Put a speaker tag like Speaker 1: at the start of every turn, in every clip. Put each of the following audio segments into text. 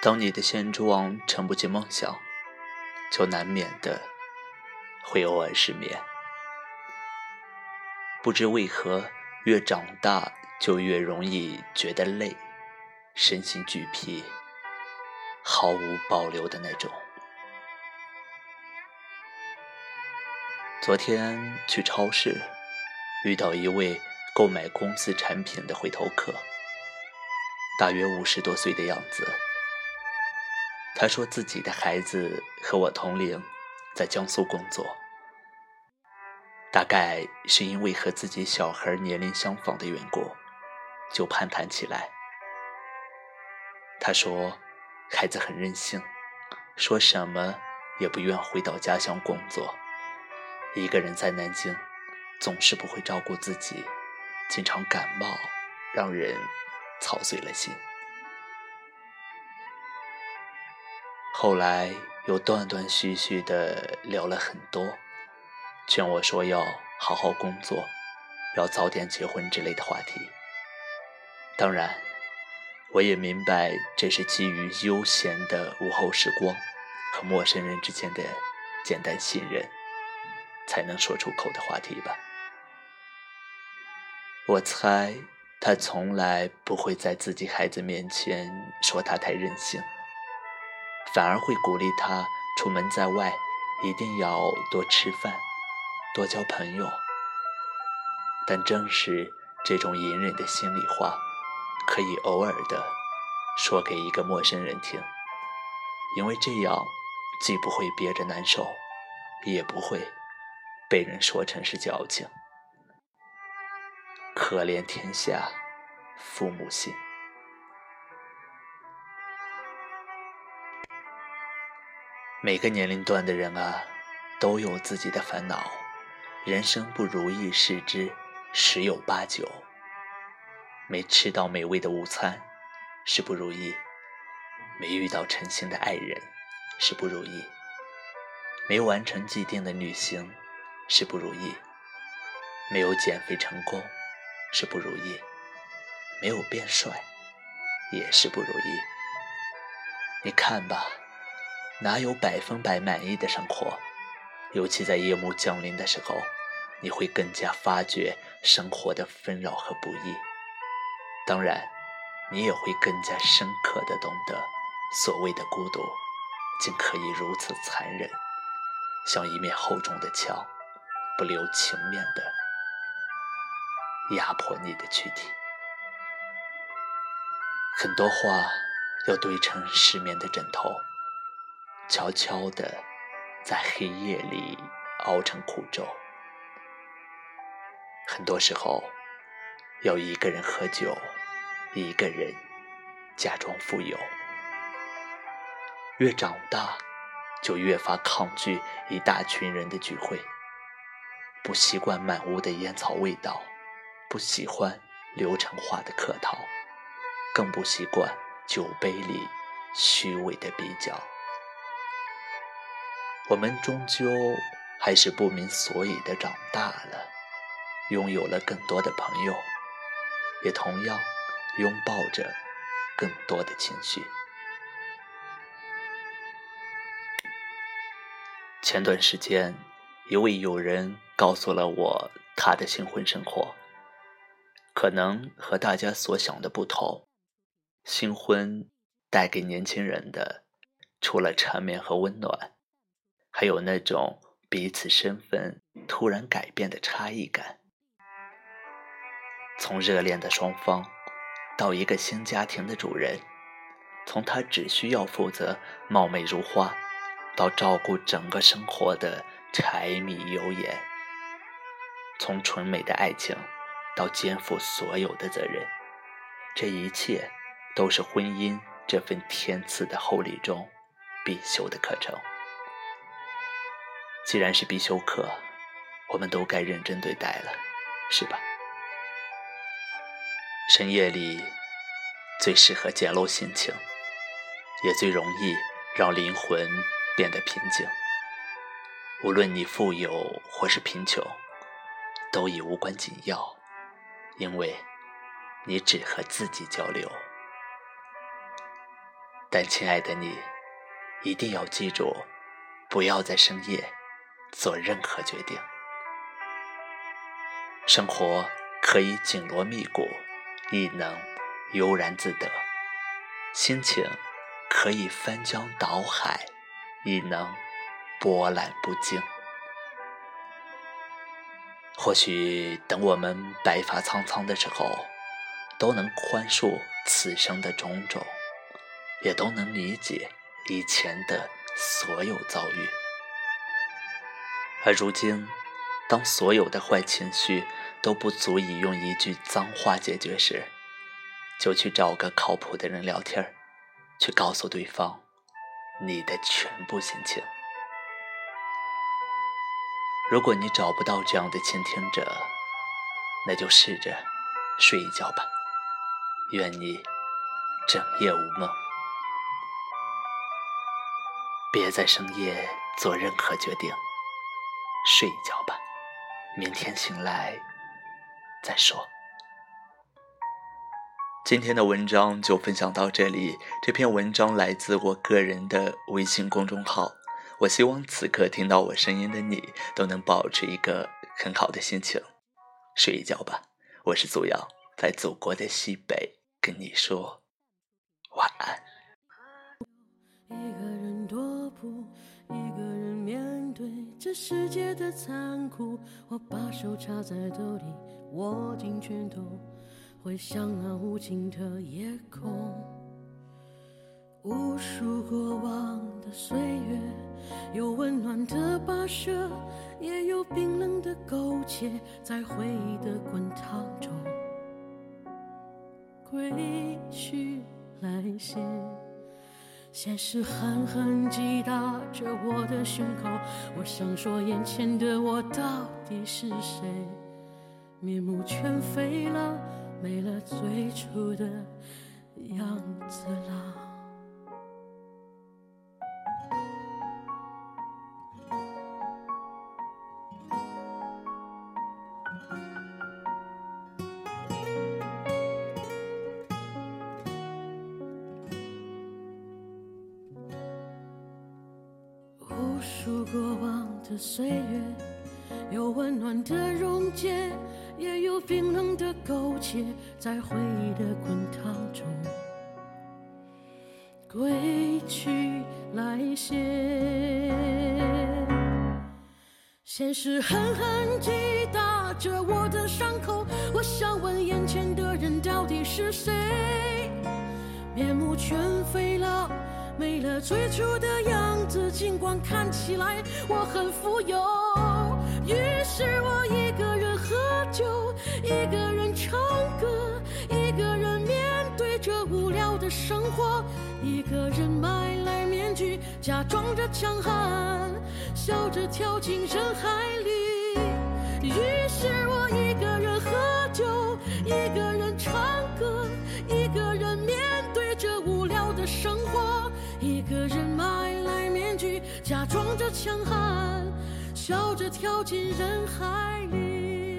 Speaker 1: 当你的现状撑不起梦想，就难免的会偶尔失眠。不知为何，越长大就越容易觉得累，身心俱疲，毫无保留的那种。昨天去超市，遇到一位购买公司产品的回头客，大约50多岁的样子。他说自己的孩子和我同龄，在江苏工作，大概是因为和自己小孩年龄相仿的缘故，就攀谈起来。他说孩子很任性，说什么也不愿回到家乡工作，一个人在南京总是不会照顾自己，经常感冒，让人操碎了心。后来又断断续续地聊了很多，劝我说要好好工作，要早点结婚之类的话题。当然我也明白这是基于悠闲的午后时光和陌生人之间的简单信任才能说出口的话题吧。我猜他从来不会在自己孩子面前说他太任性，反而会鼓励他出门在外一定要多吃饭，多交朋友。但正是这种隐忍的心里话，可以偶尔的说给一个陌生人听，因为这样既不会憋着难受，也不会被人说成是矫情。可怜天下父母心。每个年龄段的人啊，都有自己的烦恼，人生不如意事之十有八九。没吃到美味的午餐是不如意，没遇到诚心的爱人是不如意，没完成既定的旅行是不如意，没有减肥成功是不如意，没有变帅也是不如意。你看吧，哪有100%满意的生活？尤其在夜幕降临的时候，你会更加发觉生活的纷扰和不易。当然，你也会更加深刻地懂得，所谓的孤独，竟可以如此残忍，像一面厚重的墙，不留情面地压迫你的躯体。很多话要堆成失眠的枕头，悄悄地在黑夜里熬成苦粥。很多时候要一个人喝酒，一个人假装富有。越长大就越发抗拒一大群人的聚会，不习惯满屋的烟草味道，不喜欢流程化的客套，更不习惯酒杯里虚伪的比较。我们终究还是不明所以的长大了，拥有了更多的朋友，也同样拥抱着更多的情绪。前段时间，一位友人告诉了我他的新婚生活，可能和大家所想的不同。新婚带给年轻人的，除了缠绵和温暖，还有那种彼此身份突然改变的差异感。从热恋的双方到一个新家庭的主人，从他只需要负责貌美如花，到照顾整个生活的柴米油盐，从纯美的爱情到肩负所有的责任，这一切都是婚姻这份天赐的厚礼中必修的课程。既然是必修课，我们都该认真对待了，是吧？深夜里最适合揭露心情，也最容易让灵魂变得平静。无论你富有或是贫穷，都已无关紧要，因为你只和自己交流。 但亲爱的你，一定要记住，不要在深夜做任何决定。生活可以紧锣密鼓，亦能悠然自得；心情可以翻江倒海，亦能波澜不惊。或许等我们白发苍苍的时候，都能宽恕此生的种种，也都能理解以前的所有遭遇。而如今，当所有的坏情绪都不足以用一句脏话解决时，就去找个靠谱的人聊天，去告诉对方你的全部心情。如果你找不到这样的倾听者，那就试着睡一觉吧，愿你整夜无梦。别在深夜做任何决定，睡一觉吧，明天醒来再说。今天的文章就分享到这里，这篇文章来自我个人的微信公众号。我希望此刻听到我声音的你都能保持一个很好的心情，睡一觉吧。我是祖阳，在祖国的西北跟你说晚安。
Speaker 2: 一个人踱步，一个人面对这世界的残酷，我把手插在兜里，握紧拳头，回想那无尽的夜空。无数过往的岁月，有温暖的跋涉，也有冰冷的苟且，在回忆的滚烫中归去来兮。现实狠狠击打着我的胸口，我想说眼前的我到底是谁，面目全非了，没了最初的样子了。无数过往的岁月，有温暖的溶解，也有冰冷的苟且，在回忆的滚烫中归去来兮。现实狠狠击打着我的伤口，我想问眼前的人到底是谁，面目全非了，没了最初的样子，尽管看起来我很富有。于是我一个人喝酒，一个人唱歌，一个人面对这无聊的生活，一个人买来面具，假装着强悍，笑着跳进人海里。于是我一个人喝酒，一个人唱歌，一个人面对这无聊的生活，一个人买来面具，假装着强悍，笑着跳进人海里。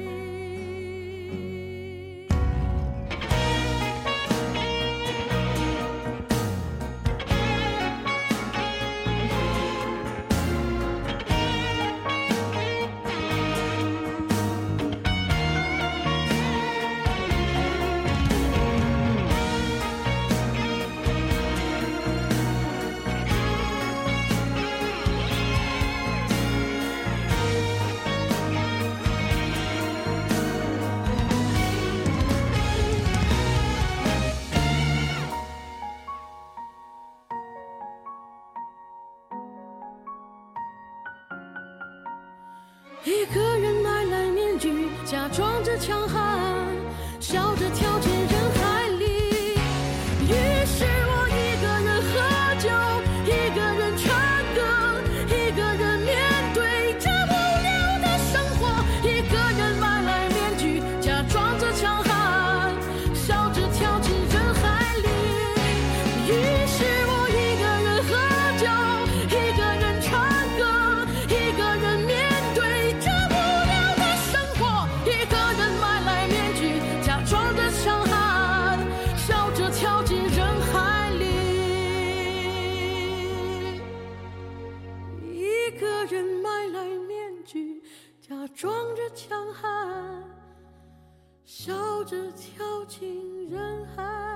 Speaker 2: 一个人买来面具，假装着强悍，笑着跳进人海里。于是我一个人喝酒，一个人唱歌，一个人面对这无聊的生活，一个人买来面具，假装着强悍，笑着跳进人海里。于是我一个人喝酒，一个人唱歌，一个人面对这无聊的生活，一个人买来面具，假装着强悍。 个人买来面具，假装着强悍，笑着跳进人海。